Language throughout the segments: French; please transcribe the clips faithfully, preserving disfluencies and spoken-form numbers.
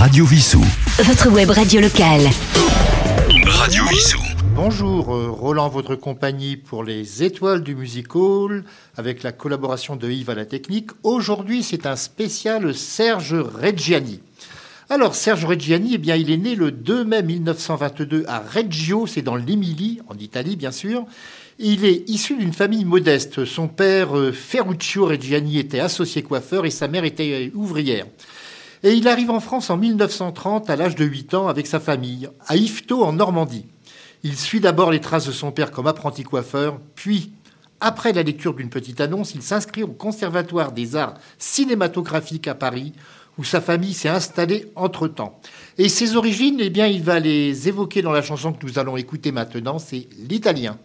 Radio Vissou. Votre web radio locale. Radio Vissou. Bonjour, euh, Roland, votre compagnie pour les étoiles du Music Hall, avec la collaboration de Yves à la technique. Aujourd'hui, c'est un spécial Serge Reggiani. Alors, Serge Reggiani, eh bien, il est né le deux mai mille neuf cent vingt-deux à Reggio, c'est dans l'Émilie, en Italie, bien sûr. Il est issu d'une famille modeste. Son père, euh, Ferruccio Reggiani, était associé coiffeur et sa mère était euh, ouvrière. Et il arrive en France en mille neuf cent trente, à l'âge de huit ans, avec sa famille, à Yvetot, en Normandie. Il suit d'abord les traces de son père comme apprenti coiffeur, puis, après la lecture d'une petite annonce, il s'inscrit au Conservatoire des Arts Cinématographiques à Paris, où sa famille s'est installée entre-temps. Et ses origines, eh bien, il va les évoquer dans la chanson que nous allons écouter maintenant, c'est l'italien.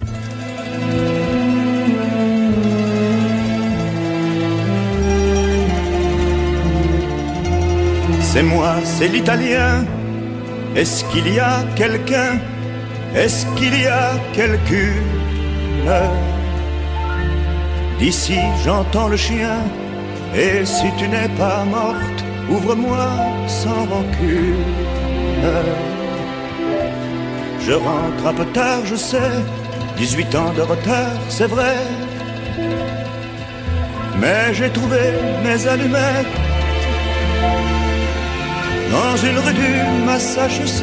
C'est moi, c'est l'italien. Est-ce qu'il y a quelqu'un? Est-ce qu'il y a quelqu'une? D'ici j'entends le chien. Et si tu n'es pas morte, ouvre-moi sans rancune. Je rentre un peu tard, je sais. dix-huit ans de retard, c'est vrai. Mais j'ai trouvé mes allumettes dans une rue du Massachusetts.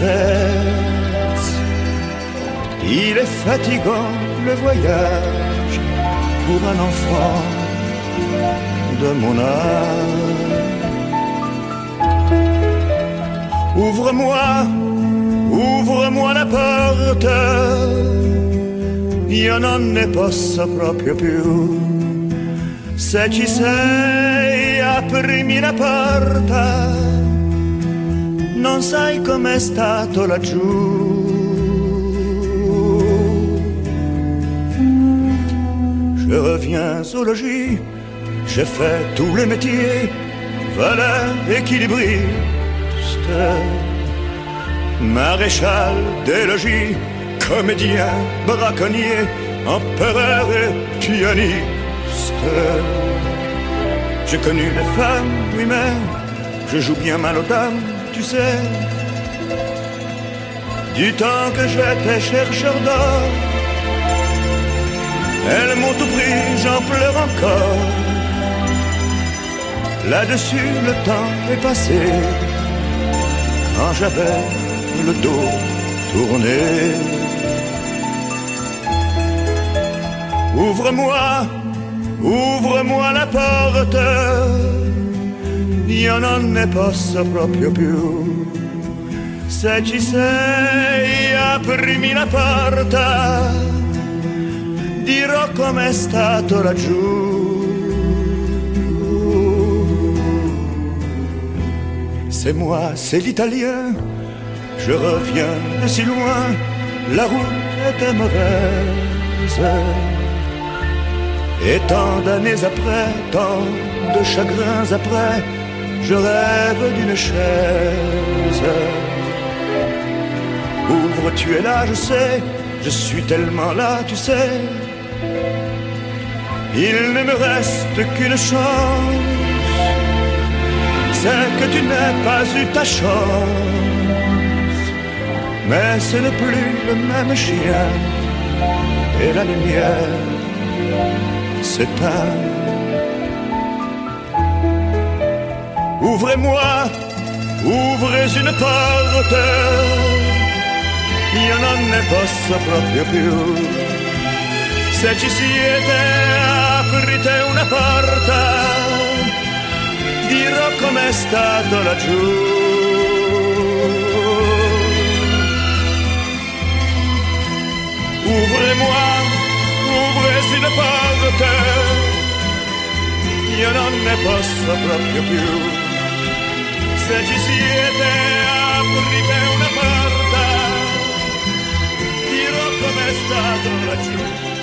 Il est fatigant le voyage pour un enfant de mon âge. Ouvre-moi, ouvre-moi la porte, io non ne posso proprio più. Se ci sei, aprimi la porta, non sai com'è stato laggiù. Je reviens au logis, j'ai fait tous les métiers, valet, équilibriste, maréchal des logis, comédien, braconnier, empereur et pianiste. J'ai connu les femmes, oui, mais je joue bien mal aux dames, tu sais. Du temps que j'étais chercheur d'or, elles m'ont tout pris, j'en pleure encore. Là-dessus, le temps est passé, quand j'avais le dos tourné. Ouvre-moi, ouvre-moi la porte, io non ne posso proprio più. Se ci sei, aprimi la porta, dirò com'è stato laggiù. C'est moi, c'est l'italien, je reviens de si loin, la route était mauvaise. Et tant d'années après, tant de chagrins après, je rêve d'une chaise. Ouvre, tu es là, je sais, je suis tellement là, tu sais. Il ne me reste qu'une chance, c'est que tu n'aies pas eu ta chance. Mais ce n'est plus le même chien, et la lumière s'éteint. Ouvrez-moi, ouvrez une porte, io non ne posso proprio più. Se ci siete, aprite una porta, dirò com'è stato laggiù. Ouvrez-moi, ouvrez une porte, io non ne posso proprio più. Se ci siete, aprite una porta, dirò com'è stato laggiù.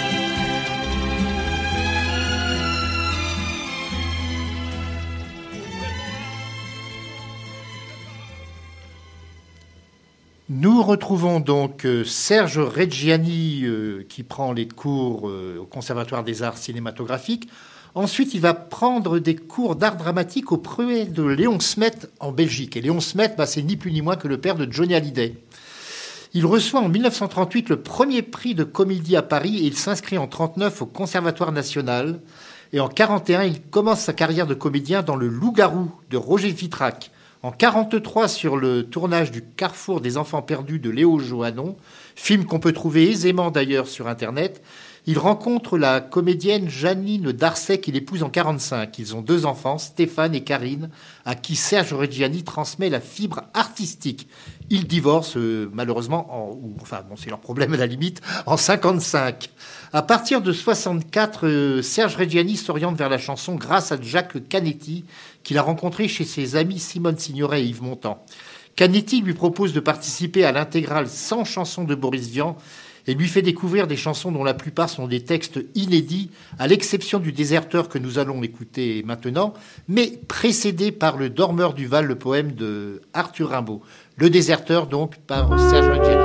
Nous retrouvons donc euh, Serge Reggiani euh, qui prend les cours euh, au Conservatoire des Arts Cinématographiques. Ensuite, il va prendre des cours d'art dramatique auprès de Léon Smet en Belgique. Et Léon Smet, bah, c'est ni plus ni moins que le père de Johnny Hallyday. Il reçoit en dix-neuf cent trente-huit le premier prix de comédie à Paris et il s'inscrit en trente-neuf au Conservatoire national. Et en quarante et un, il commence sa carrière de comédien dans Le Loup-garou de Roger Vitrac. En quarante-trois, sur le tournage du Carrefour des enfants perdus de Léo Johannon, film qu'on peut trouver aisément d'ailleurs sur Internet, il rencontre la comédienne Janine Darcet qu'il épouse en quarante-cinq. Ils ont deux enfants, Stéphane et Karine, à qui Serge Reggiani transmet la fibre artistique. Ils divorcent euh, malheureusement, en, ou, enfin bon, c'est leur problème à la limite, en cinquante-cinq. À partir de soixante-quatre, euh, Serge Reggiani s'oriente vers la chanson grâce à Jacques Canetti, qu'il a rencontré chez ses amis Simone Signoret et Yves Montand. Canetti lui propose de participer à l'intégrale cent chansons de Boris Vian et lui fait découvrir des chansons dont la plupart sont des textes inédits, à l'exception du Déserteur que nous allons écouter maintenant, mais précédé par Le Dormeur du Val, le poème de Arthur Rimbaud. Le Déserteur, donc, par Serge Reggiani.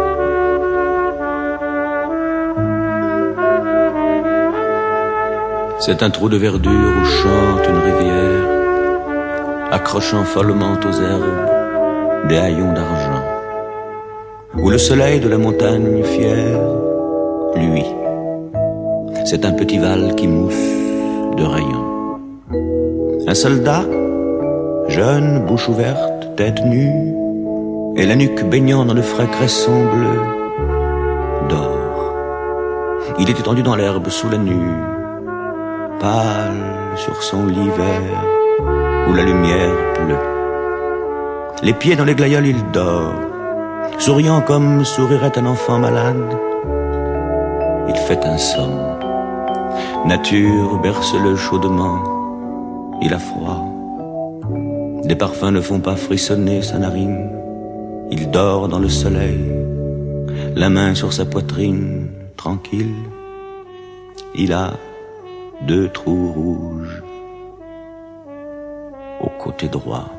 C'est un trou de verdure où chante une rivière, accrochant follement aux herbes des haillons d'argent, où le soleil de la montagne fière luit. C'est un petit val qui mousse de rayons. Un soldat, jeune, bouche ouverte, tête nue, et la nuque baignant dans le frais cresson bleu, dort. Il est étendu dans l'herbe sous la nue, pâle sur son lit vert où la lumière pleut. Les pieds dans les glaïeuls, il dort, souriant comme sourirait un enfant malade. Il fait un somme. Nature berce-le chaudement. Il a froid. Des parfums ne font pas frissonner sa narine. Il dort dans le soleil, la main sur sa poitrine, tranquille. Il a deux trous rouges au côté droit.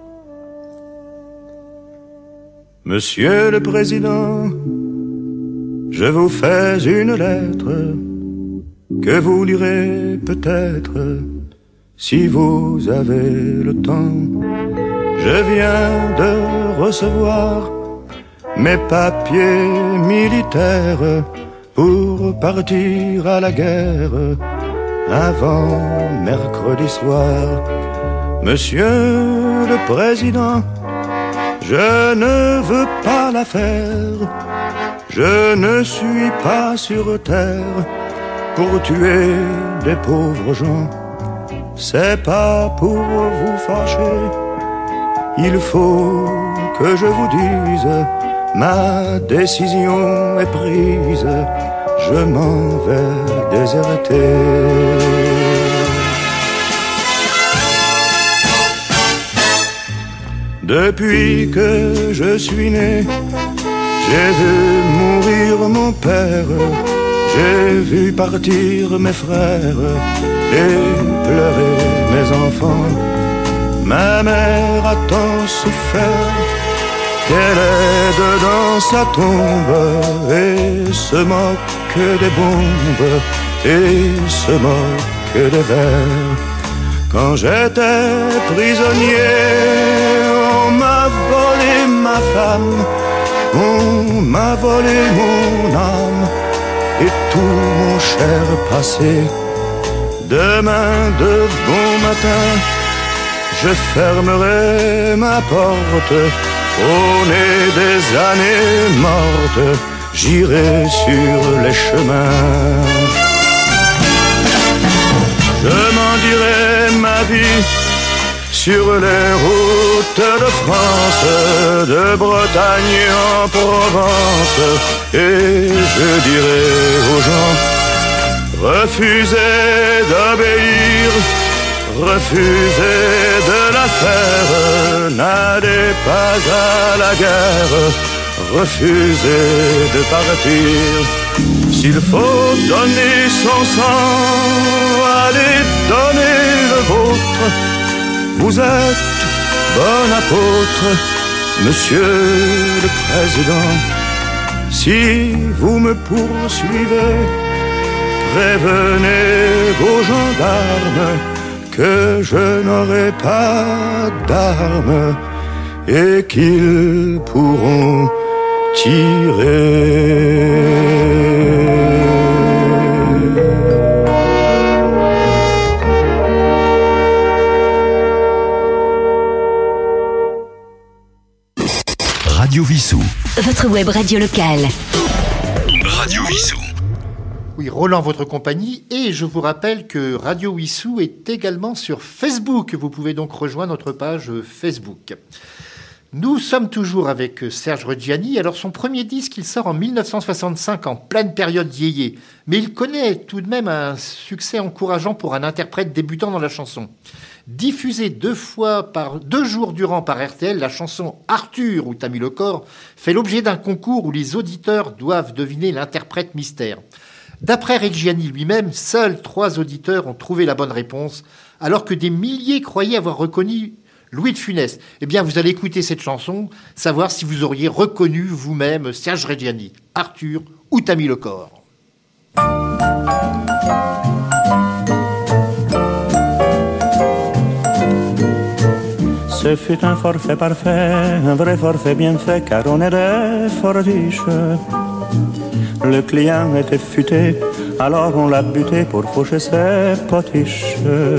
Monsieur le Président, je vous fais une lettre que vous lirez peut-être si vous avez le temps. Je viens de recevoir mes papiers militaires pour partir à la guerre avant mercredi soir. Monsieur le Président, je ne veux pas la faire. Je ne suis pas sur terre pour tuer des pauvres gens. C'est pas pour vous fâcher. Il faut que je vous dise, ma décision est prise. Je m'en vais déserter. Depuis que je suis né, j'ai vu mourir mon père, j'ai vu partir mes frères et pleurer mes enfants. Ma mère a tant souffert qu'elle est dans sa tombe et se moque des bombes et se moque des vers. Quand j'étais prisonnier, on m'a volé ma femme, on m'a volé mon âme et tout mon cher passé. Demain de bon matin, je fermerai ma porte. Au nez des années mortes, j'irai sur les chemins. Je m'en dirai ma vie sur les routes de France, de Bretagne en Provence, et je dirai aux gens, refusez d'obéir, refusez de la faire, n'allez pas à la guerre, refusez de partir. S'il faut donner son sang, allez donner le vôtre. Vous êtes bon apôtre, Monsieur le Président. Si vous me poursuivez, prévenez vos gendarmes que je n'aurai pas d'armes et qu'ils pourront tirer. Radio Vissou. Votre web radio locale. Radio Vissou. Oui, Roland, votre compagnie. Et je vous rappelle que Radio Wissou est également sur Facebook. Vous pouvez donc rejoindre notre page Facebook. Nous sommes toujours avec Serge Reggiani. Alors, son premier disque, il sort en dix-neuf cent soixante-cinq, en pleine période yéyé. Mais il connaît tout de même un succès encourageant pour un interprète débutant dans la chanson. Diffusée deux fois par deux jours durant par R T L, la chanson Arthur, où t'as mis le corps, fait l'objet d'un concours où les auditeurs doivent deviner l'interprète mystère. D'après Reggiani lui-même, seuls trois auditeurs ont trouvé la bonne réponse, alors que des milliers croyaient avoir reconnu Louis de Funès. Eh bien, vous allez écouter cette chanson, savoir si vous auriez reconnu vous-même Serge Reggiani, Arthur, où t'as mis le corps. Ce fut un forfait parfait, un vrai forfait bien fait, car on était fort riche. Le client était futé, alors on l'a buté pour faucher ses potiches.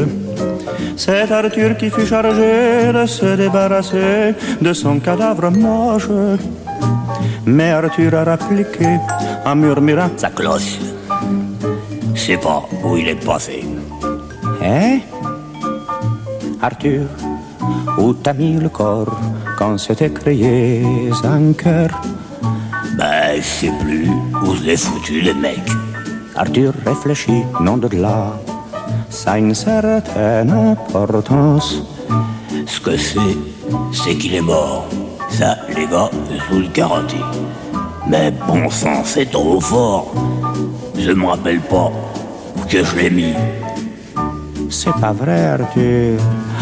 C'est Arthur qui fut chargé de se débarrasser de son cadavre moche. Mais Arthur a rappliqué en murmurant: sa cloche, je sais pas où il est passé. Hein? Arthur, où t'as mis le corps quand s'était créé un cœur? Ben, je sais plus où je l'ai foutu, le mec. Arthur réfléchit, non de là, ça a une certaine importance. Ce que c'est, c'est qu'il est mort. Ça, les gars, je vous le garantis. Mais bon sang, c'est trop fort. Je me rappelle pas où que je l'ai mis. C'est pas vrai, Arthur.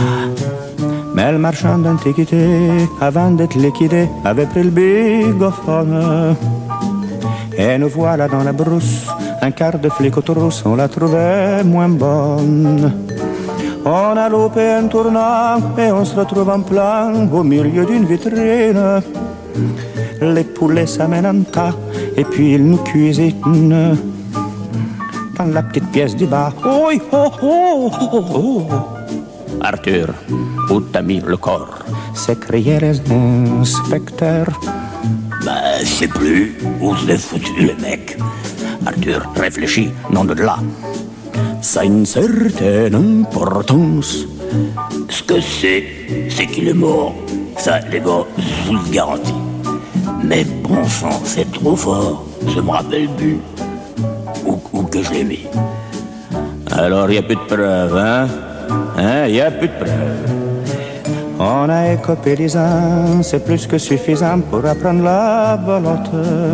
Mais le marchand d'antiquité, avant d'être liquidé, avait pris le bigophone. Et nous voilà dans la brousse, un quart de flic aux trousses, on la trouvait moins bonne. On a loupé un tournant et on se retrouve en plein au milieu d'une vitrine. Les poulets s'amènent en tas et puis ils nous cuisinent. Dans la petite pièce du bas, oh, oh, oh, oh, oh. Arthur, où t'as mis le corps? S'écriaient les inspecteurs. Ben, je sais plus où je l'ai foutu, le mec. Arthur réfléchit, non de là. Ça a une certaine importance. Ce que c'est, c'est qu'il est mort. Ça, les gars, je vous le garantis. Mais bon sang, c'est trop fort. Je me rappelle plus où, où que je l'ai mis. Alors, y a plus de preuves, hein? Hein, y a plus de preuves. On a écopé les uns, c'est plus que suffisant pour apprendre la belote.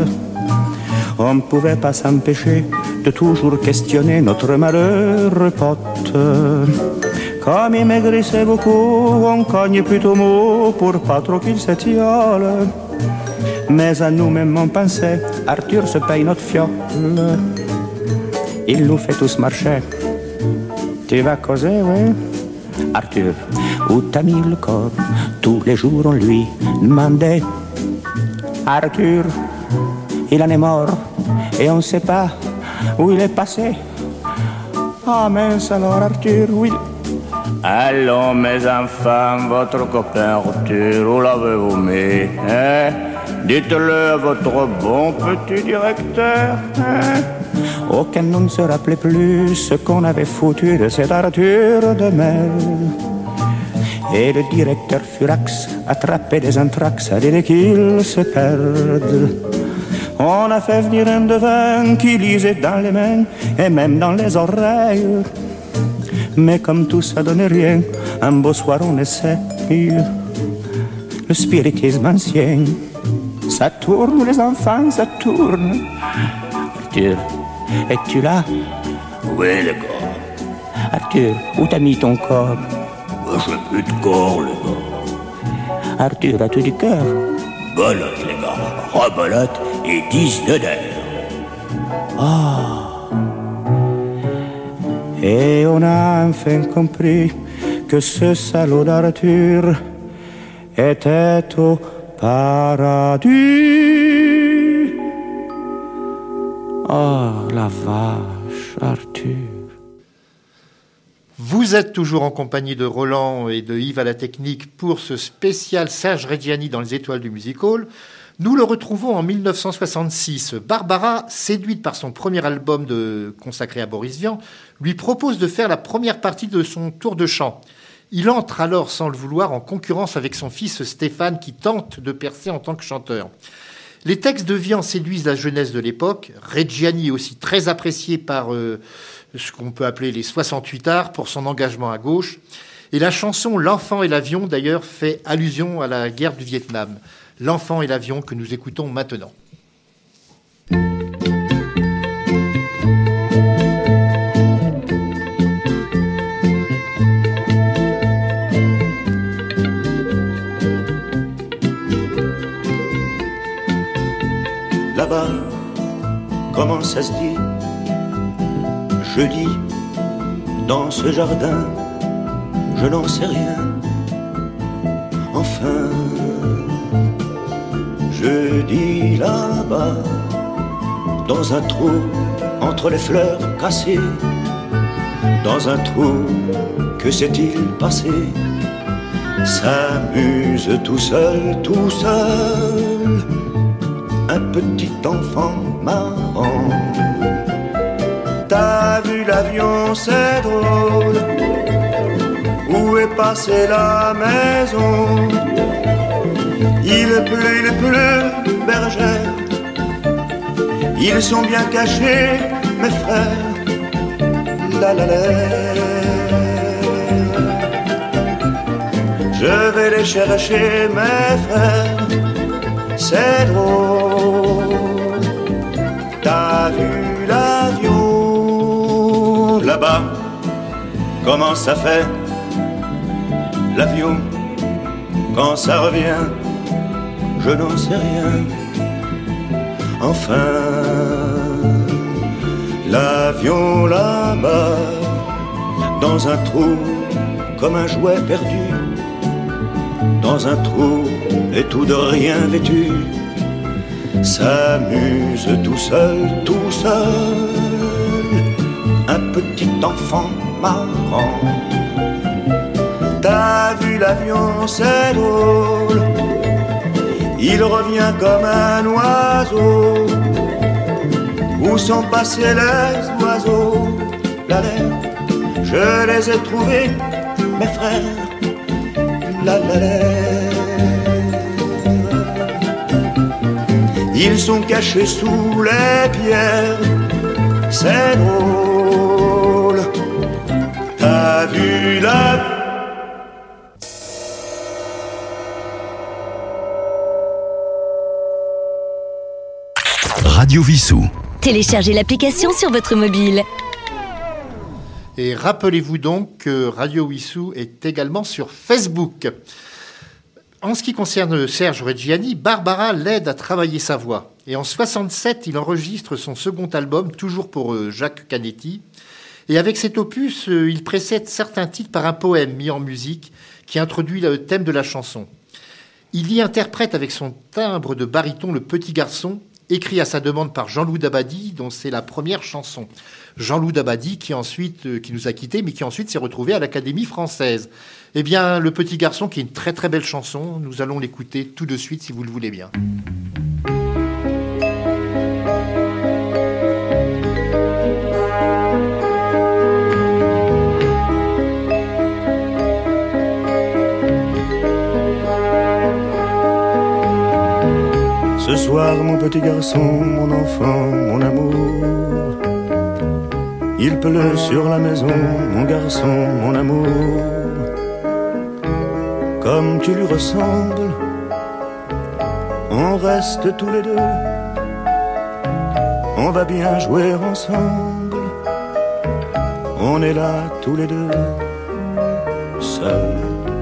On ne pouvait pas s'empêcher de toujours questionner notre malheureux pote. Comme il maigrissait beaucoup, on cogne plutôt mot pour pas trop qu'il s'étiole. Mais à nous-mêmes on pensait, Arthur se paye notre fiole. Il nous fait tous marcher. Tu vas causer, oui? Arthur, où t'as mis le corps? Tous les jours on lui demandait. Arthur, il en est mort et on ne sait pas où il est passé. Ah mince alors Arthur, oui. Allons mes enfants, votre copain Arthur, où l'avez-vous mis, hein? Dites-le à votre bon petit directeur, hein? Aucun nom ne se rappelait plus ce qu'on avait foutu de cet Arthur de merde. Et le directeur Furax attrapait des anthrax dès qu'il se perde. On a fait venir un devin qui lisait dans les mains et même dans les oreilles. Mais comme tout ça donnait rien, un beau soir on essaie le spiritisme ancien. Ça tourne les enfants, ça tourne. Arthur, es-tu là? Oui, les gars. Arthur, où t'as mis ton corps? J'ai plus de corps, les gars. Arthur, as-tu du cœur? Belote, les gars. Rebolote et dix de d'air. Oh, Et on a enfin compris que ce salaud d'Arthur était au paradis. Oh, la vache, Arthur. Vous êtes toujours en compagnie de Roland et de Yves à la technique pour ce spécial Serge Reggiani dans les étoiles du music hall. Nous le retrouvons en mille neuf cent soixante-six. Barbara, séduite par son premier album de, consacré à Boris Vian, lui propose de faire la première partie de son tour de chant. Il entre alors, sans le vouloir, en concurrence avec son fils Stéphane, qui tente de percer en tant que chanteur. Les textes de Vian séduisent la jeunesse de l'époque. Reggiani est aussi très apprécié par euh, ce qu'on peut appeler les soixante-huit arts pour son engagement à gauche. Et la chanson « L'enfant et l'avion » d'ailleurs fait allusion à la guerre du Vietnam. L'enfant et l'avion que nous écoutons maintenant. Là-bas, comment ça se dit? Jeudi, dans ce jardin, je n'en sais rien. Enfin, je dis là-bas, dans un trou entre les fleurs cassées, dans un trou, que s'est-il passé? S'amuse tout seul, tout seul, un petit enfant marrant. T'as vu l'avion, c'est drôle, où est passée la maison? Il pleut, il pleut, bergère, ils sont bien cachés, mes frères, la la la. Je vais les chercher, mes frères, c'est drôle. T'as vu l'avion là-bas, comment ça fait? L'avion, quand ça revient, je n'en sais rien. Enfin, l'avion là-bas, dans un trou, comme un jouet perdu, dans un trou et tout de rien vêtu, s'amuse tout seul, tout seul, un petit enfant marrant. T'as vu l'avion, c'est drôle, il revient comme un oiseau. Où sont passés les oiseaux? La l'air, je les ai trouvés, mes frères, la la la. Ils sont cachés sous les pierres, c'est drôle. T'as vu la... Radio Vissou. Téléchargez l'application sur votre mobile. Et rappelez-vous donc que Radio Vissou est également sur Facebook. En ce qui concerne Serge Reggiani, Barbara l'aide à travailler sa voix. Et en soixante-sept, il enregistre son second album, toujours pour Jacques Canetti. Et avec cet opus, il précède certains titres par un poème mis en musique qui introduit le thème de la chanson. Il y interprète avec son timbre de baryton Le Petit Garçon, écrit à sa demande par Jean-Loup Dabadi, dont c'est la première chanson. Jean-Loup Dabadi qui ensuite, euh, qui nous a quittés, mais qui ensuite s'est retrouvé à l'Académie française. Eh bien, Le Petit Garçon, qui est une très très belle chanson, nous allons l'écouter tout de suite si vous le voulez bien. Ce soir, mon petit garçon, mon enfant, mon amour, il pleut sur la maison, mon garçon, mon amour. Comme tu lui ressembles, on reste tous les deux, on va bien jouer ensemble, on est là tous les deux, seuls.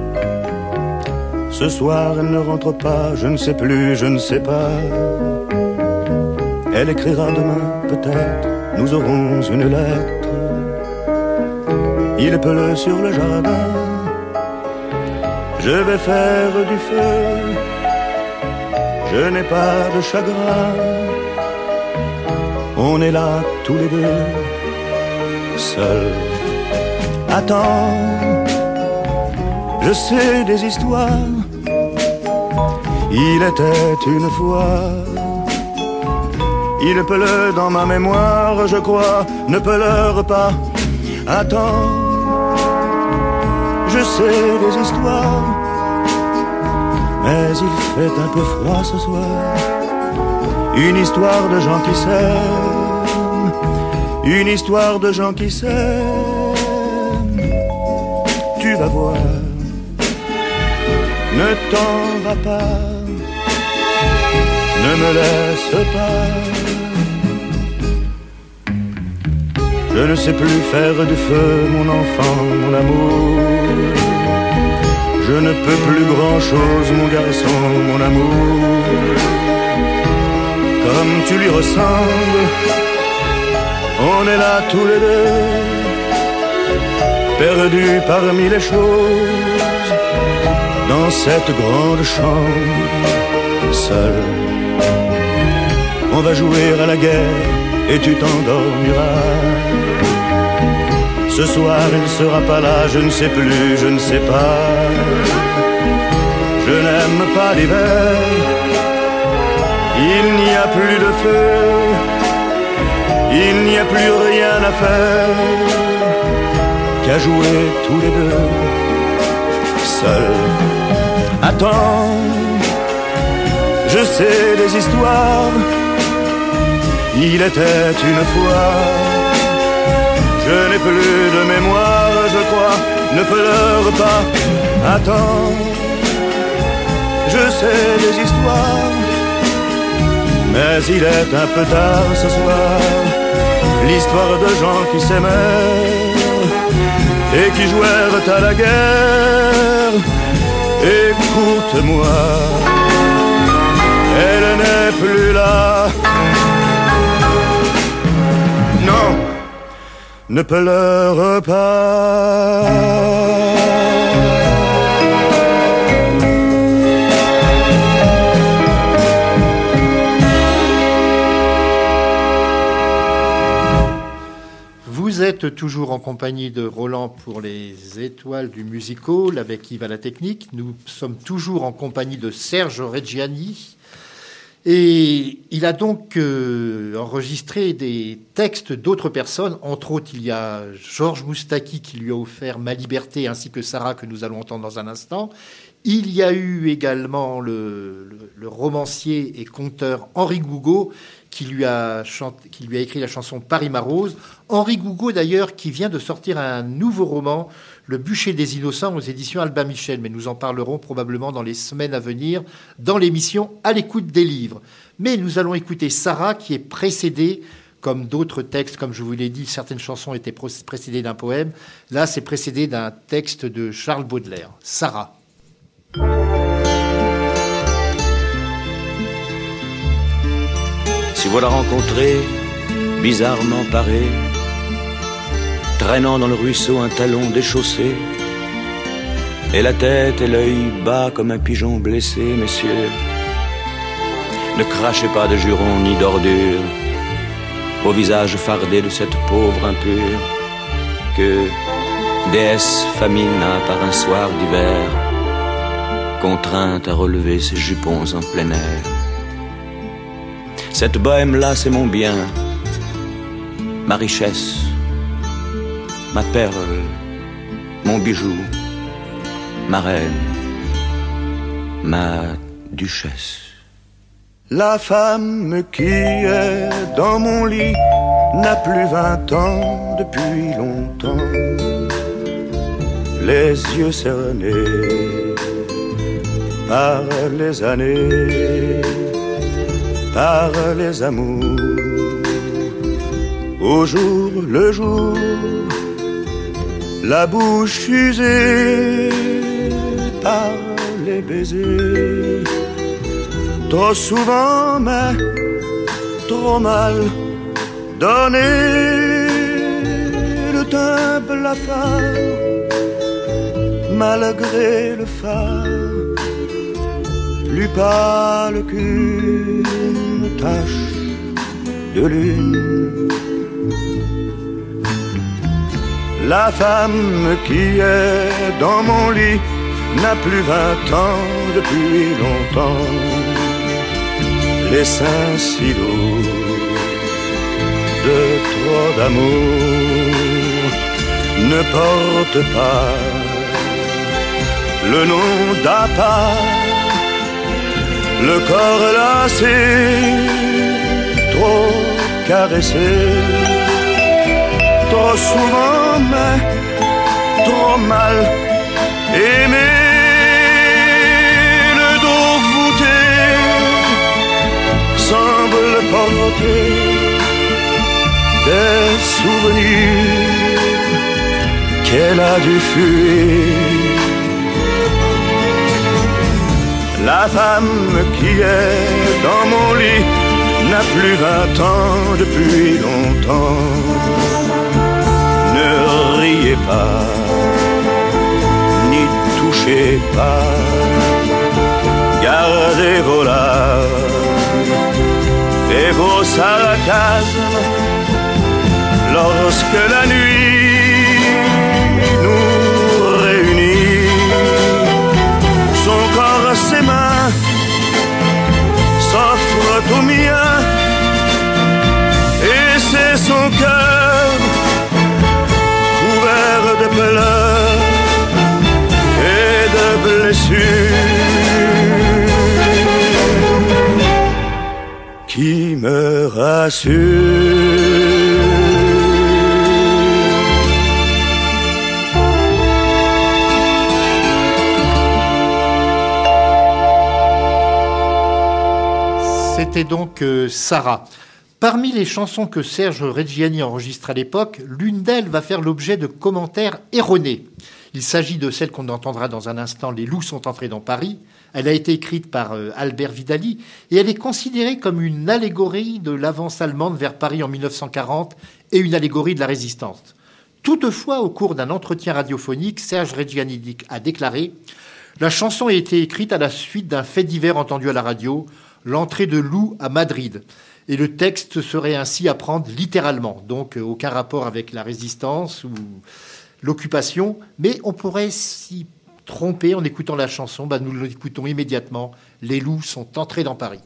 Ce soir, elle ne rentre pas, je ne sais plus, je ne sais pas. Elle écrira demain, peut-être, nous aurons une lettre. il pleut sur le jardin. Je vais faire du feu, je n'ai pas de chagrin. On est là tous les deux, seuls. Attends, je sais des histoires. Il était une fois. Il pleut dans ma mémoire, je crois. Ne pleure pas. Attends, je sais des histoires. Mais il fait un peu froid ce soir. Une histoire de gens qui s'aiment. Une histoire de gens qui s'aiment. Tu vas voir. Ne t'en va pas. Ne me laisse pas. Je ne sais plus faire du feu, mon enfant, mon amour. Je ne peux plus grand-chose, mon garçon, mon amour. Comme tu lui ressembles, on est là tous les deux, perdus parmi les choses, dans cette grande chambre, seul. On va jouer à la guerre et tu t'endormiras. Ce soir il ne sera pas là, je ne sais plus, je ne sais pas. Je n'aime pas l'hiver, il n'y a plus de feu, il n'y a plus rien à faire qu'à jouer tous les deux, seuls. Attends, je sais des histoires. Il était une fois. Je n'ai plus de mémoire, je crois. Ne pleure pas. Attends, je sais des histoires. Mais il est un peu tard ce soir. L'histoire de gens qui s'aimèrent et qui jouèrent à la guerre. Écoute-moi, elle n'est plus là. Non, ne pleure pas. Vous êtes toujours en compagnie de Roland pour les étoiles du music hall avec Yves à la technique. Nous sommes toujours en compagnie de Serge Reggiani. Et il a donc euh, enregistré des textes d'autres personnes. Entre autres, il y a Georges Moustaki qui lui a offert Ma Liberté, ainsi que Sarah, que nous allons entendre dans un instant. Il y a eu également le, le, le romancier et conteur Henri Gougaud qui lui, a chanté, qui lui a écrit la chanson Paris ma rose. Henri Gougaud, d'ailleurs, qui vient de sortir un nouveau roman, Le bûcher des innocents, aux éditions Albin Michel. Mais nous en parlerons probablement dans les semaines à venir dans l'émission À l'écoute des livres. Mais nous allons écouter Sarah, qui est précédée, comme d'autres textes, comme je vous l'ai dit, certaines chansons étaient précédées d'un poème. Là, c'est précédé d'un texte de Charles Baudelaire. Sarah. Si voilà rencontré, bizarrement paré, traînant dans le ruisseau un talon déchaussé, et la tête et l'œil bas comme un pigeon blessé, messieurs, ne crachez pas de jurons ni d'ordures au visage fardé de cette pauvre impure que, déesse famine par un soir d'hiver, contrainte à relever ses jupons en plein air. Cette bohème-là, c'est mon bien, ma richesse, ma perle, mon bijou, ma reine, ma duchesse. La femme qui est dans mon lit n'a plus vingt ans depuis longtemps. Les yeux cernés par les années, par les amours, au jour le jour, la bouche usée par les baisers, trop souvent mais trop mal donné, le tout un blafard, malgré le phare, plus pâle qu'une tache de lune. La femme qui est dans mon lit n'a plus vingt ans depuis longtemps. Les seins si lourds de trop d'amour ne portent pas le nom d'appât. Le corps lassé, trop caressé, trop souvent mais trop mal aimé. Le dos voûté semble porter des souvenirs qu'elle a dû fuir. La femme qui est dans mon lit n'a plus vingt ans depuis longtemps. Ne riez pas, n'y touchez pas, gardez vos larmes et vos sarcasmes lorsque la nuit nous réunit. Son corps, ses mains s'offrent au mien et c'est son cœur couvert de pleurs et de blessures qui me rassurent. C'était donc euh, Sarah. Parmi les chansons que Serge Reggiani enregistre à l'époque, l'une d'elles va faire l'objet de commentaires erronés. Il s'agit de celle qu'on entendra dans un instant, Les loups sont entrés dans Paris. Elle a été écrite par euh, Albert Vidali et elle est considérée comme une allégorie de l'avance allemande vers Paris en mille neuf cent quarante et une allégorie de la résistance. Toutefois, au cours d'un entretien radiophonique, Serge Reggiani a déclaré « La chanson a été écrite à la suite d'un fait divers entendu à la radio, l'entrée de loups à Madrid. Et le texte serait ainsi à prendre littéralement, donc euh, aucun rapport avec la résistance ou l'occupation, mais on pourrait s'y tromper en écoutant la chanson. Bah, nous l'écoutons immédiatement. Les loups sont entrés dans Paris.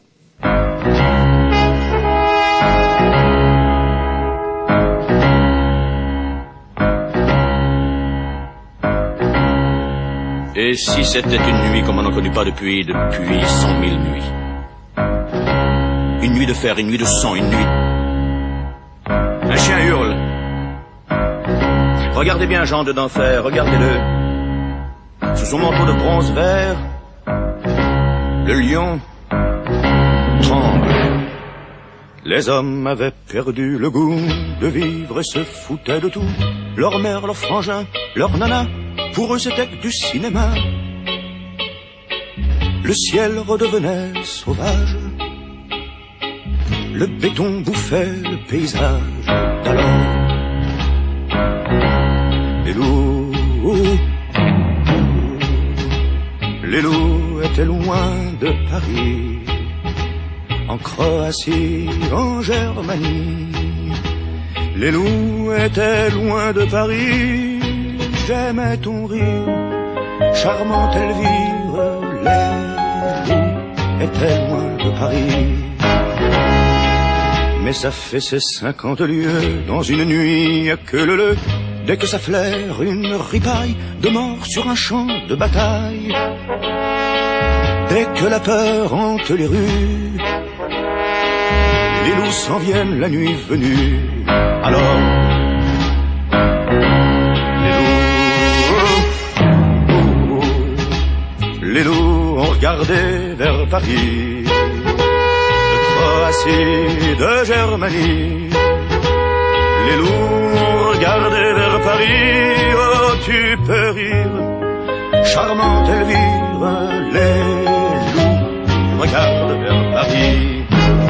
Et si c'était une nuit comme on n'en connaît pas depuis, depuis cent mille nuits? Une nuit de fer, une nuit de sang, une nuit... Un chien hurle. Regardez bien Jean de d'enfer, regardez-le. Sous son manteau de bronze vert, le lion tremble. Les hommes avaient perdu le goût de vivre et se foutaient de tout. Leur mère, leur frangin, leur nana, pour eux c'était que du cinéma. Le ciel redevenait sauvage. Le béton bouffait le paysage d'alors. Les loups, les loups étaient loin de Paris, en Croatie, en Germanie. Les loups étaient loin de Paris, j'aimais ton rire, charmante Elvire. Les loups étaient loin de Paris. Mais ça fait ses cinquante lieues dans une nuit que le le. Dès que ça flaire une ripaille de mort sur un champ de bataille. Dès que la peur hante les rues, les loups s'en viennent la nuit venue. Alors, les loups, les loups ont regardé vers Paris. De Germanie, les loups regardaient vers Paris. Oh, tu peux rire, charmante Elvire. Les loups regardent vers Paris.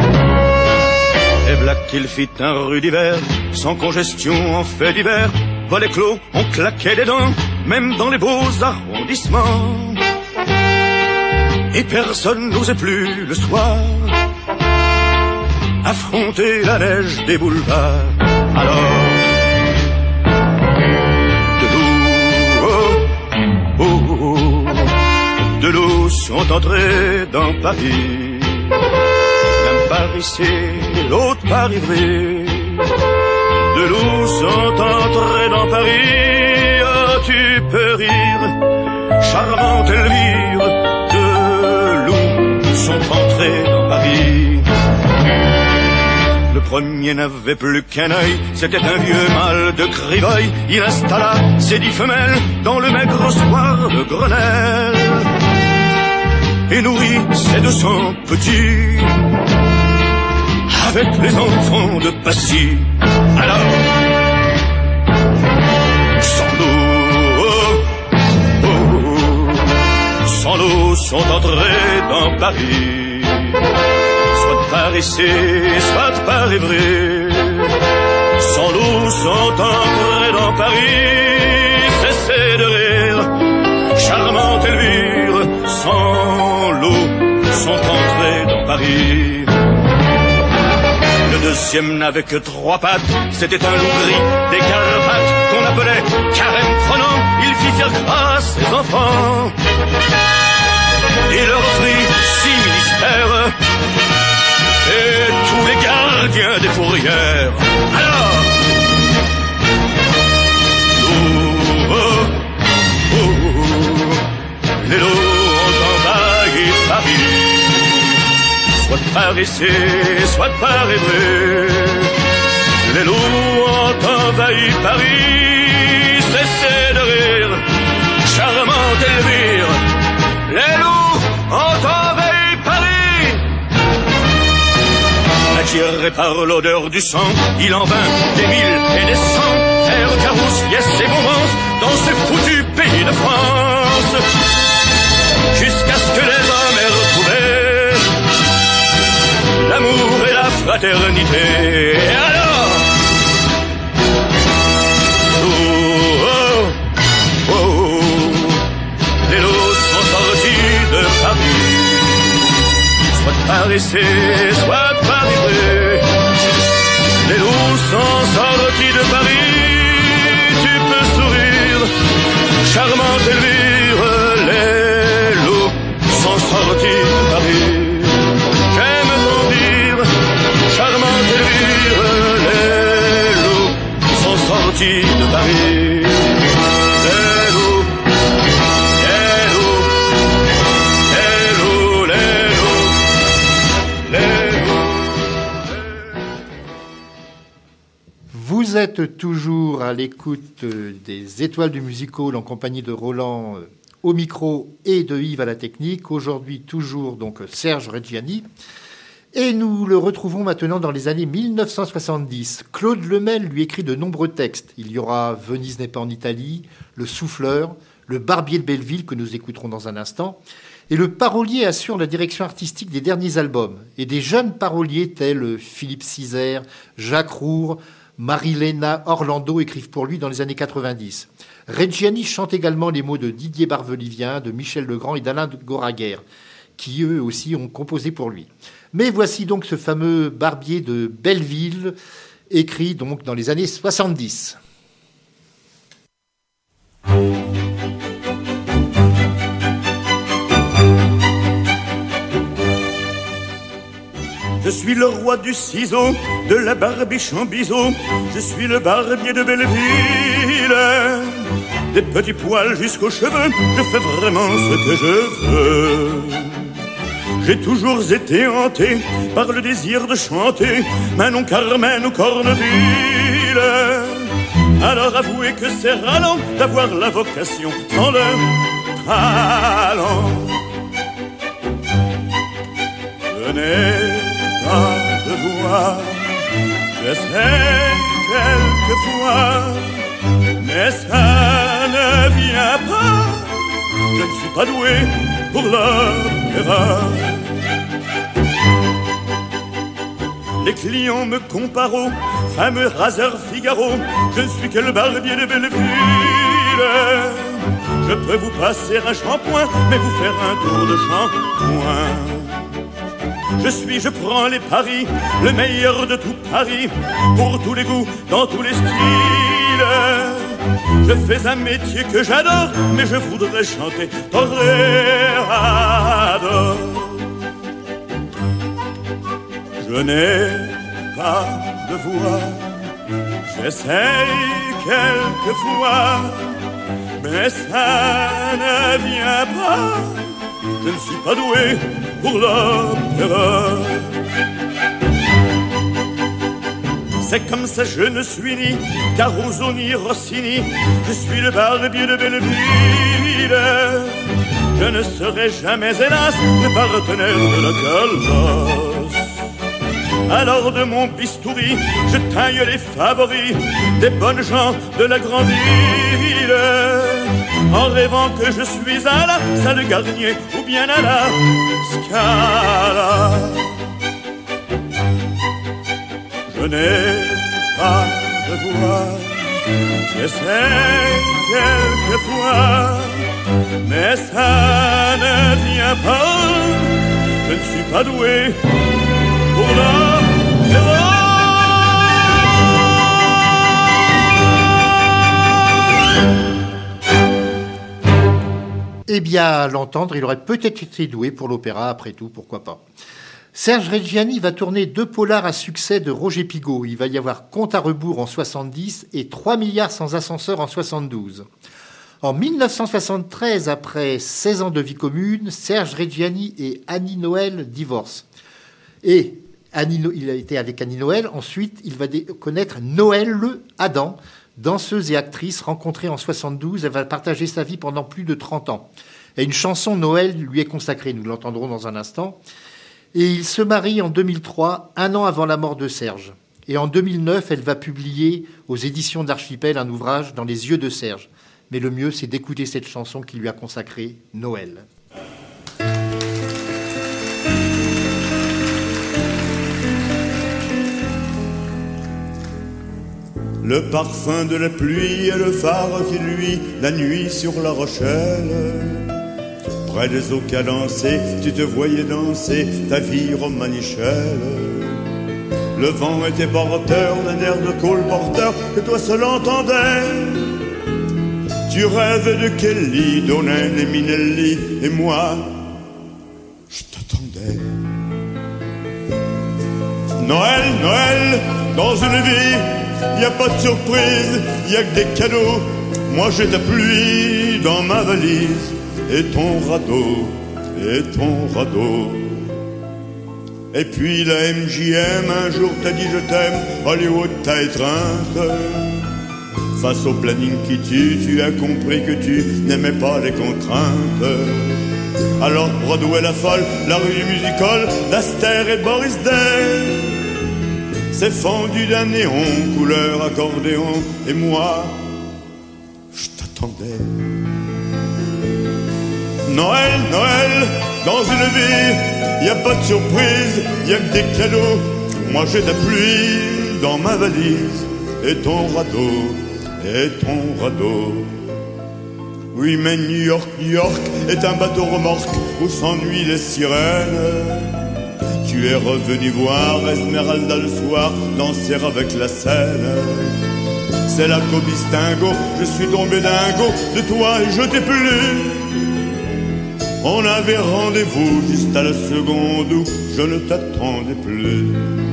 Et v'là qu'il fit un rude hiver, sans congestion en fait d'hiver, volets clos, on claquait des dents, même dans les beaux arrondissements. Et personne n'osait plus le soir affronter la neige des boulevards. Alors, de l'eau, oh, oh, oh, de l'eau sont entrés dans Paris. L'un par ici, l'autre par Ivry. De l'eau sont entrés dans Paris. Oh, tu peux rire, charmante Elvire. De l'eau sont entrés dans Paris. Le premier n'avait plus qu'un œil, c'était un vieux mâle de Criveuil. Il installa ses dix femelles dans le maigre soir de Grenelle et nourrit ses deux cents petits avec les enfants de Passy. Alors, sans l'eau, oh, oh, oh, sans l'eau sont entrés dans Paris. Soit par ici, soit par Ivry. Sans l'eau sont entrés dans Paris. Cessez de rire, charmante Elvire. Sans l'eau sont entrés dans Paris. Le deuxième n'avait que trois pattes. C'était un loup gris des Carpates qu'on appelait carême prenant. Il fit faire grâce ses enfants et leur offrit six ministères et tous les gardiens des fourrières. Alors, oh, oh, oh, les lots ont envahi Paris. Soit par ici, soit par Ivry. Les loups ont envahi Paris. Cessez de rire, charmante Elvire. Les loups ont envahi Paris. Attiré par l'odeur du sang, il en vint des mille et des cents faire carrousses, liesses et bonbons dans ce foutu pays de France, jusqu'à ce que les hommes aient retrouvé l'amour et la fraternité. Et alors, oh, oh, oh, les lots sont sortis de Paris. Soit par ici, soit par Ivry. Les loups sont sortis de Paris. Tu peux sourire, charmante Elvire. Les loups sont sortis de Paris. J'aime ton rire, charmante Elvire. Les loups sont sortis de Paris. Les loups, les loups, les loups, les loups, les loups. Vous êtes toujours à l'écoute des Étoiles du Music Hall en compagnie de Roland euh, au micro et de Yves à la technique. Aujourd'hui, toujours donc Serge Reggiani. Et nous le retrouvons maintenant dans les années mille neuf cent soixante-dix. Claude Lemel lui écrit de nombreux textes. Il y aura Venise n'est pas en Italie, Le Souffleur, Le Barbier de Belleville, que nous écouterons dans un instant. Et le parolier assure la direction artistique des derniers albums. Et des jeunes paroliers tels Philippe Cizère, Jacques Roure, Marie-Léna Orlando écrivent pour lui dans les années quatre-vingt-dix. Reggiani chante également les mots de Didier Barbelivien, de Michel Legrand et d'Alain Goraguer, qui eux aussi ont composé pour lui. Mais voici donc ce fameux Barbier de Belleville, écrit donc dans les années soixante-dix. Je suis le roi du ciseau, de la barbiche en biseau. Je suis le barbier de Belleville. Des petits poils jusqu'aux cheveux, je fais vraiment ce que je veux. J'ai toujours été hanté par le désir de chanter Manon, Carmen ou Corneville. Alors avouez que c'est ralent d'avoir la vocation sans le talent. Je n'ai pas de voix, j'essaie quelquefois, mais ça ne vient pas. Je ne suis pas doué pour l'opéra. Les clients me comparent aux fameux raseur Figaro, je ne suis que le barbier de Belleville. Je peux vous passer un shampoing, mais vous faire un tour de shampoing. Je suis, je prends les paris, le meilleur de tout Paris, pour tous les goûts, dans tous les styles. Je fais un métier que j'adore, mais je voudrais chanter Toréador. Je n'ai pas de voix, j'essaye quelquefois, mais ça ne vient pas. Je ne suis pas doué pour l'opéra. C'est comme ça, je ne suis ni Caruso ni Rossini. Je suis le barbier de Belleville. Je ne serai jamais, hélas, le partenaire de la colosse. Alors de mon bistouri, je taille les favoris des bonnes gens de la grande ville, en rêvant que je suis à la salle Garnier ou bien à la Scala. Je n'ai pas de voix, j'essaie quelquefois, mais ça ne vient pas. Je ne suis pas doué pour l'opéra. Eh bien, à l'entendre, il aurait peut-être été doué pour l'opéra, après tout, pourquoi pas. Serge Reggiani va tourner deux polars à succès de Roger Pigault. Il va y avoir Compte à rebours en soixante-dix et trois milliards sans ascenseur en soixante-douze. En mille neuf cent soixante-treize, après seize ans de vie commune, Serge Reggiani et Annie Noël divorcent. Et Annie no- il a été avec Annie Noël. Ensuite, il va dé- connaître Noël Adam, danseuse et actrice rencontrée en soixante-douze. Elle va partager sa vie pendant plus de trente ans. Et une chanson Noël lui est consacrée. Nous l'entendrons dans un instant. Et il se marie en deux mille trois, un an avant la mort de Serge. Et en deux mille neuf, elle va publier aux éditions d'Archipel un ouvrage Dans les yeux de Serge. Mais le mieux, c'est d'écouter cette chanson qui lui a consacré Noël. Le parfum de la pluie et le phare qui luit la nuit sur la Rochelle. Près des eaux cadencées, tu te voyais danser ta vie romanichelle. Le vent était porteur d'un air de colporteur que toi seul entendais. Tu rêves de Kelly, Donen et Minelli, et moi, je t'attendais. Noël, Noël, dans une vie, y a pas de surprise, y a que des cadeaux. Moi j'ai ta pluie dans ma valise, et ton radeau, et ton radeau. Et puis la M J M, un jour t'a dit je t'aime, Hollywood t'a étreinte. Face au planning qui tue, tu as compris que tu n'aimais pas les contraintes. Alors Broadway la folle, la rue du musical, d'Aster et Boris Day s'est fendu d'un néon couleur accordéon, et moi, je t'attendais. Noël, Noël, dans une vie, y a pas de surprise, y a que des cadeaux. Moi j'ai ta pluie dans ma valise, et ton radeau, et ton radeau. Oui mais New York, New York est un bateau remorque où s'ennuient les sirènes. Tu es revenu voir Esmeralda le soir danser avec la Seine. C'est là qu'au bistingo, je suis tombé dingo de toi et je t'ai plu. On avait rendez-vous juste à la seconde où je ne t'attendais plus.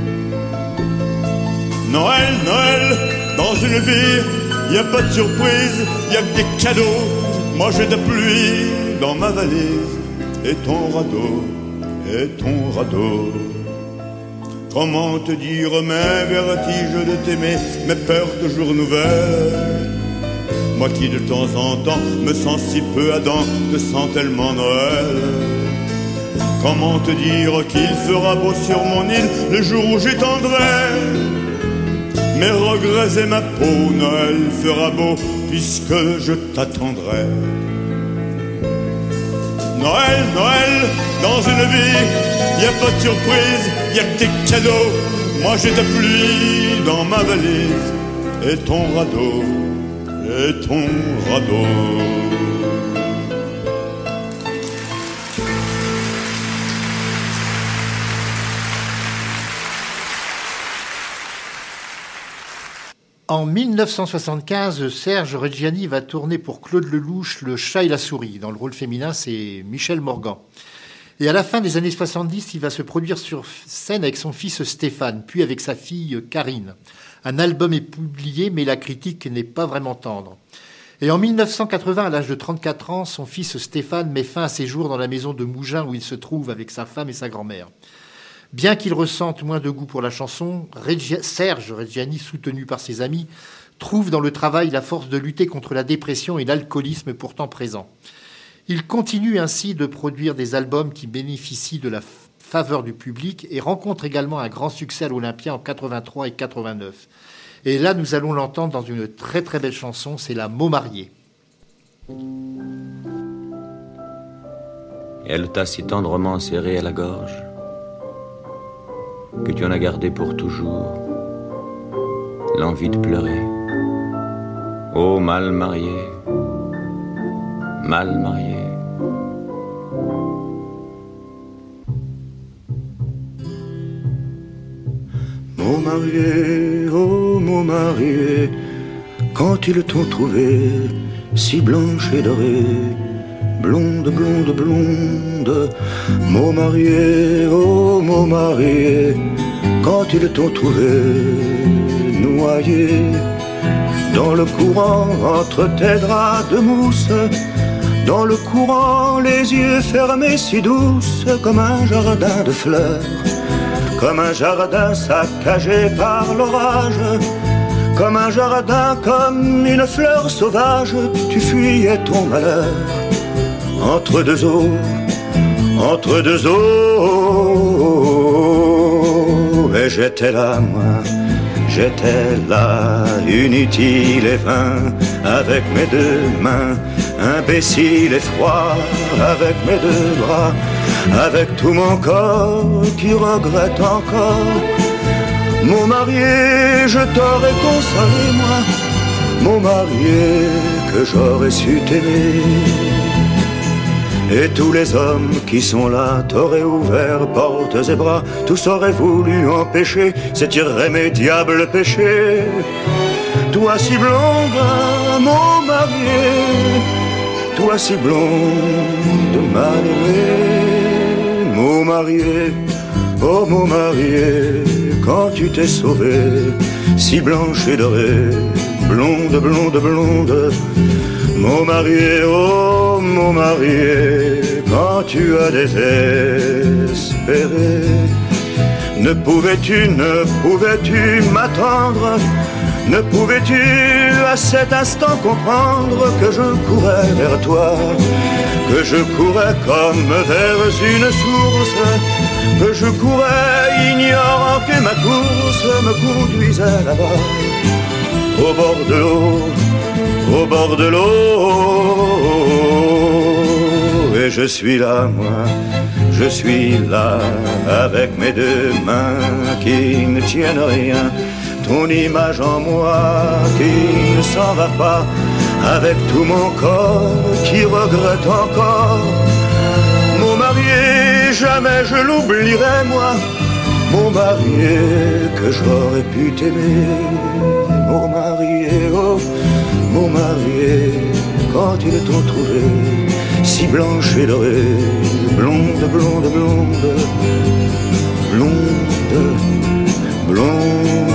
Noël, Noël, dans une vie, y a pas de surprise, y a que des cadeaux. Moi j'ai ta pluie dans ma valise, et ton radeau, et ton radeau. Comment te dire mes vertiges de t'aimer, mes peurs toujours nouvelles. Moi qui de temps en temps me sens si peu Adam, te sens tellement Noël. Comment te dire qu'il fera beau sur mon île le jour où j'étendrai mes regrets et ma peau. Noël fera beau puisque je t'attendrai. Noël, Noël, dans une vie, y a pas de surprise, y a que tes cadeaux. Moi j'ai ta pluie dans ma valise et ton radeau, et ton radeau. En mille neuf cent soixante-quinze, Serge Reggiani va tourner pour Claude Lelouch Le Chat et la Souris. Dans le rôle féminin, c'est Michel Morgan. Et à la fin des années soixante-dix, il va se produire sur scène avec son fils Stéphane, puis avec sa fille Karine. Un album est publié, mais la critique n'est pas vraiment tendre. Et en mille neuf cent quatre-vingts, à l'âge de trente-quatre ans, son fils Stéphane met fin à ses jours dans la maison de Mougins où il se trouve avec sa femme et sa grand-mère. Bien qu'il ressente moins de goût pour la chanson, Reggi- Serge Reggiani, soutenu par ses amis, trouve dans le travail la force de lutter contre la dépression et l'alcoolisme pourtant présents. Il continue ainsi de produire des albums qui bénéficient de la f- faveur du public et rencontre également un grand succès à l'Olympia en quatre-vingt-trois et quatre-vingt-neuf. Et là, nous allons l'entendre dans une très très belle chanson, c'est la Mot marié. Elle t'a si tendrement serré à la gorge que tu en as gardé pour toujours l'envie de pleurer. Ô mal marié, mal marié. Mon marié, oh mon marié, quand ils t'ont trouvé si blanche et dorée, blonde, blonde, blonde, mon marié, oh mon marié, quand ils t'ont trouvé noyé dans le courant entre tes draps de mousse, dans le courant les yeux fermés si douces comme un jardin de fleurs, comme un jardin saccagé par l'orage, comme un jardin, comme une fleur sauvage, tu fuyais ton malheur. Entre deux eaux, entre deux eaux, et j'étais là, moi, j'étais là, inutile et vain, avec mes deux mains, imbécile et froid, avec mes deux bras, avec tout mon corps qui regrette encore. Mon marié, je t'aurais consolé, moi, mon marié, que j'aurais su t'aimer. Et tous les hommes qui sont là t'auraient ouvert portes et bras, tous auraient voulu empêcher cet irrémédiable péché. Toi si blonde, mon marié, toi si blonde, mal aimé, mon marié, oh mon marié, quand tu t'es sauvé, si blanche et dorée, blonde, blonde, blonde, mon marié, oh mon marié, quand tu as désespéré, ne pouvais-tu, ne pouvais-tu m'attendre, ne pouvais-tu à cet instant comprendre que je courais vers toi, que je courais comme vers une source, que je courais ignorant que ma course me conduisait là-bas, au bord de l'eau, au bord de l'eau, et je suis là, moi, je suis là, avec mes deux mains qui ne tiennent rien, ton image en moi qui ne s'en va pas, avec tout mon corps qui regrette encore. Mon marié, jamais je l'oublierai, moi, mon marié, que j'aurais pu t'aimer, mon marié, oh, mon marié, quand ils t'ont trouvé si blanche et dorée, blonde, blonde, blonde, blonde, blonde.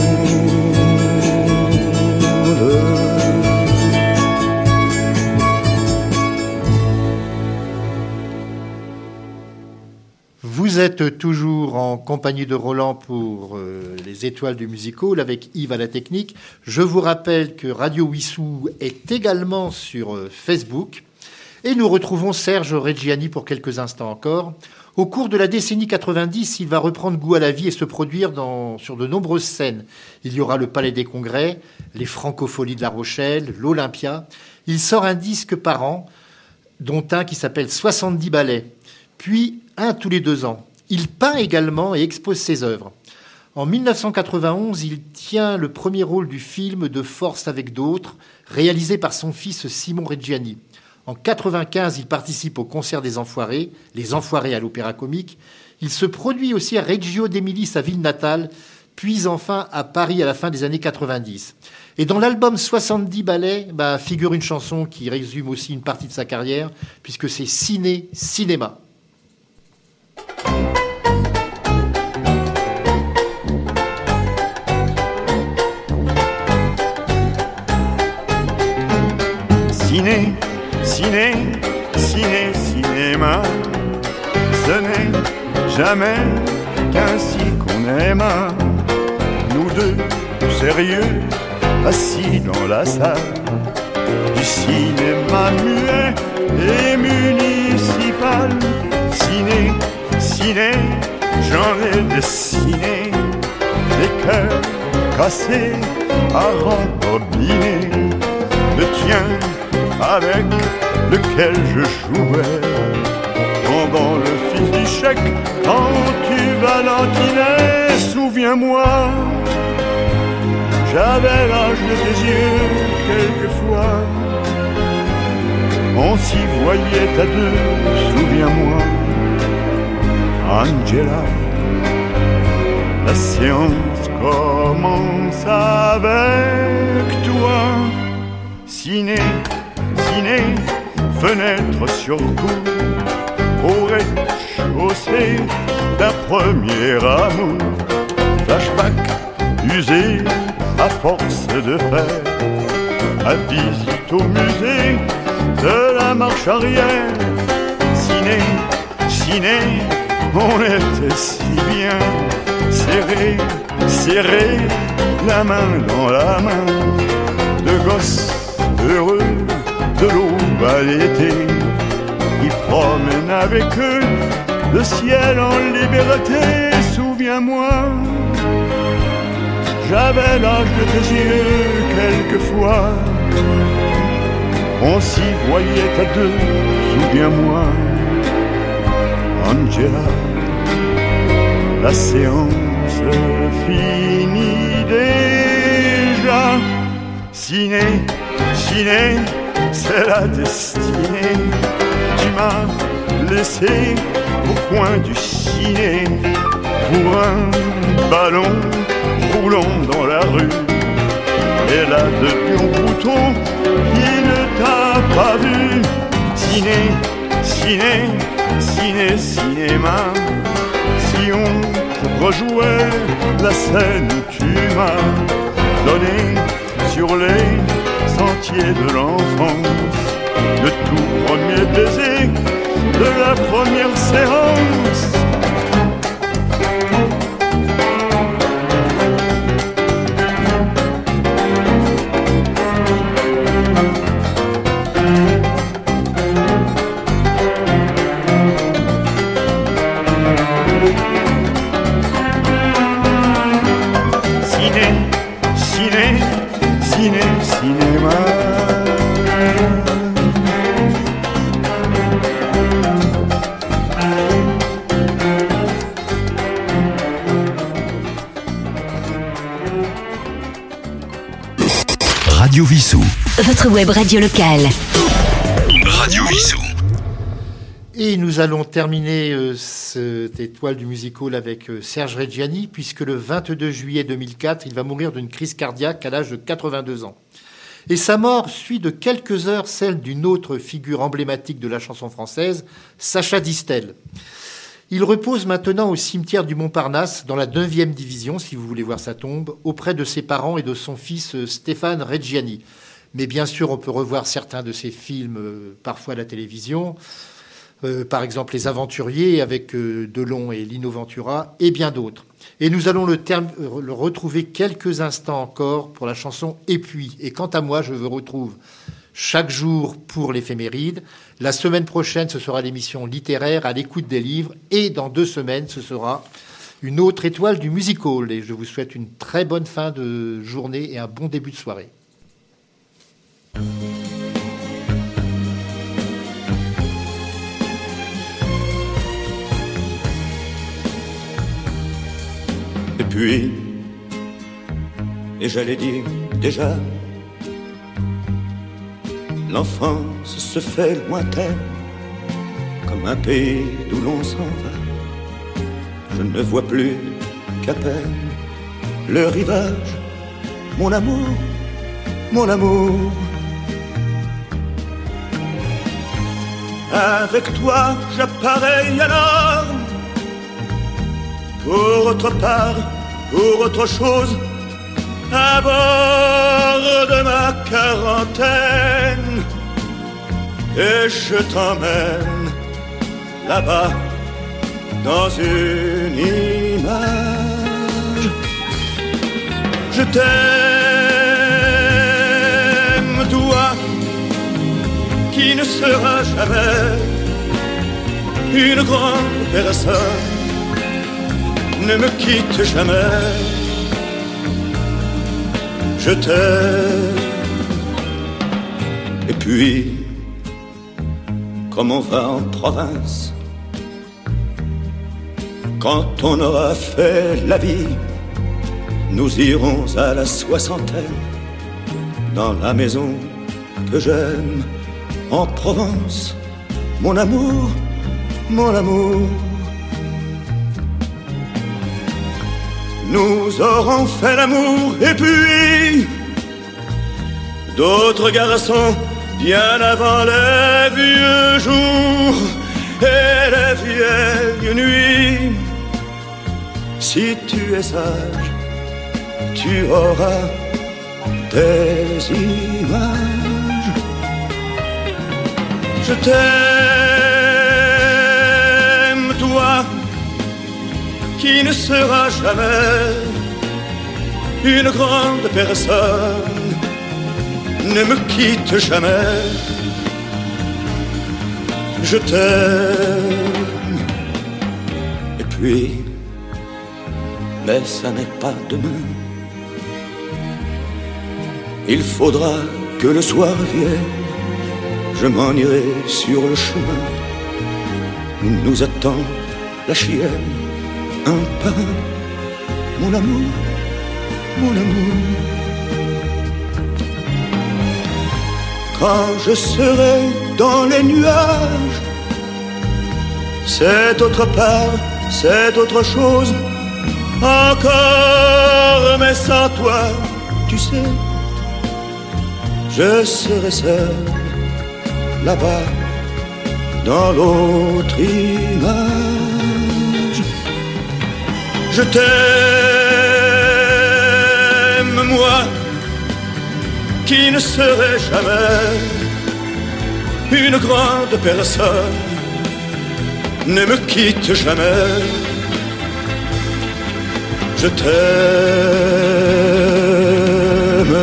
Vous êtes toujours en compagnie de Roland pour euh, les étoiles du Music Hall avec Yves à la technique. Je vous rappelle que Radio Wissou est également sur euh, Facebook. Et nous retrouvons Serge Reggiani pour quelques instants encore. Au cours de la décennie quatre-vingt-dix, il va reprendre goût à la vie et se produire dans, sur de nombreuses scènes. Il y aura le Palais des Congrès, les Francopholies de La Rochelle, l'Olympia. Il sort un disque par an, dont un qui s'appelle soixante-dix ballets, puis un tous les deux ans. Il peint également et expose ses œuvres. En dix-neuf cent quatre-vingt-onze, il tient le premier rôle du film De Force avec d'autres, réalisé par son fils Simon Reggiani. En quatre-vingt-quinze, il participe au concert des Enfoirés, Les Enfoirés à l'Opéra Comique. Il se produit aussi à Reggio d'Émilie, sa ville natale, puis enfin à Paris à la fin des années quatre-vingt-dix. Et dans l'album soixante-dix ballets, bah, figure une chanson qui résume aussi une partie de sa carrière, puisque c'est Ciné, Cinéma. Ciné, ciné, ciné, cinéma, ce n'est jamais qu'ainsi qu'on aime. Nous deux, sérieux, assis dans la salle du cinéma muet et municipal. Ciné, ciné, j'en ai dessiné des cœurs cassés à rembobiner. Le tien avec lequel je jouais pendant le fils du chèque quand tu valentinais. Souviens-moi, j'avais l'âge de tes yeux quelquefois, on s'y voyait à deux. Souviens-moi, Angela, la séance commence avec toi. Ciné, ciné, fenêtre sur cour, au rez-de-chaussée d'un premier amour. Flashback usé à force de faire, à visite au musée de la marche arrière. Ciné, ciné, on était si bien, serré, serré, la main dans la main, de gosses heureux de l'aube à l'été, qui promènent avec eux le ciel en liberté. Souviens-moi, j'avais l'âge de tes yeux quelquefois, on s'y voyait à deux. Souviens-moi, Angela, la séance finit déjà. Ciné, ciné, c'est la destinée. Tu m'as laissé au coin du ciné pour un ballon roulant dans la rue. Et là depuis au bouton qui ne t'a pas vu. Ciné, ciné, ciné, cinéma. Si on rejouait la scène où tu m'as donné sur les sentiers de l'enfance, le tout premier baiser de la première séance. Ciné, ciné, ciné, cinéma. Radio Vissou. Votre web radio locale. Radio Vissou. Et nous allons terminer euh, cette étoile du music hall avec euh, Serge Reggiani, puisque le vingt-deux juillet deux mille quatre, il va mourir d'une crise cardiaque à l'âge de quatre-vingt-deux ans. Et sa mort suit de quelques heures celle d'une autre figure emblématique de la chanson française, Sacha Distel. Il repose maintenant au cimetière du Montparnasse, dans la neuvième division, si vous voulez voir sa tombe, auprès de ses parents et de son fils euh, Stéphane Reggiani. Mais bien sûr, on peut revoir certains de ses films, euh, parfois à la télévision. Euh, par exemple, Les Aventuriers avec euh, Delon et Lino Ventura, et bien d'autres. Et nous allons le, terme, euh, le retrouver quelques instants encore pour la chanson « Et puis ». Et quant à moi, je vous retrouve chaque jour pour l'éphéméride. La semaine prochaine, ce sera l'émission littéraire à l'écoute des livres. Et dans deux semaines, ce sera une autre étoile du music hall. Et je vous souhaite une très bonne fin de journée et un bon début de soirée. Et puis, et j'allais dire déjà, l'enfance se fait lointaine, comme un pays d'où l'on s'en va. Je ne vois plus qu'à peine le rivage, mon amour, mon amour. Avec toi, j'appareille alors pour autre part, pour autre chose, à bord de ma quarantaine. Et je t'emmène là-bas dans une image. Je t'aime, toi qui ne seras jamais une grande personne. Ne me quitte jamais. Je t'aime. Et puis, comme on va en province, quand on aura fait la vie, nous irons à la soixantaine dans la maison que j'aime en Provence. Mon amour, mon amour. Nous aurons fait l'amour et puis d'autres garçons bien avant les vieux jours et les vieilles nuits. Si tu es sage, tu auras des images. Je t'aime, toi qui ne seras jamais une grande personne. Ne me quitte jamais. Je t'aime. Et puis, mais ça n'est pas demain. Il faudra que le soir vienne. Je m'en irai sur le chemin où nous attend la chienne. Un pain, mon amour, mon amour. Quand je serai dans les nuages, c'est autre part, c'est autre chose encore, mais sans toi, tu sais, je serai seul là-bas dans l'autre image. Je t'aime, moi qui ne serai jamais une grande personne. Ne me quitte jamais. Je t'aime.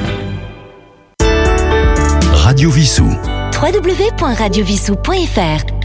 Radio Vissou. w w w point radio vissou point f r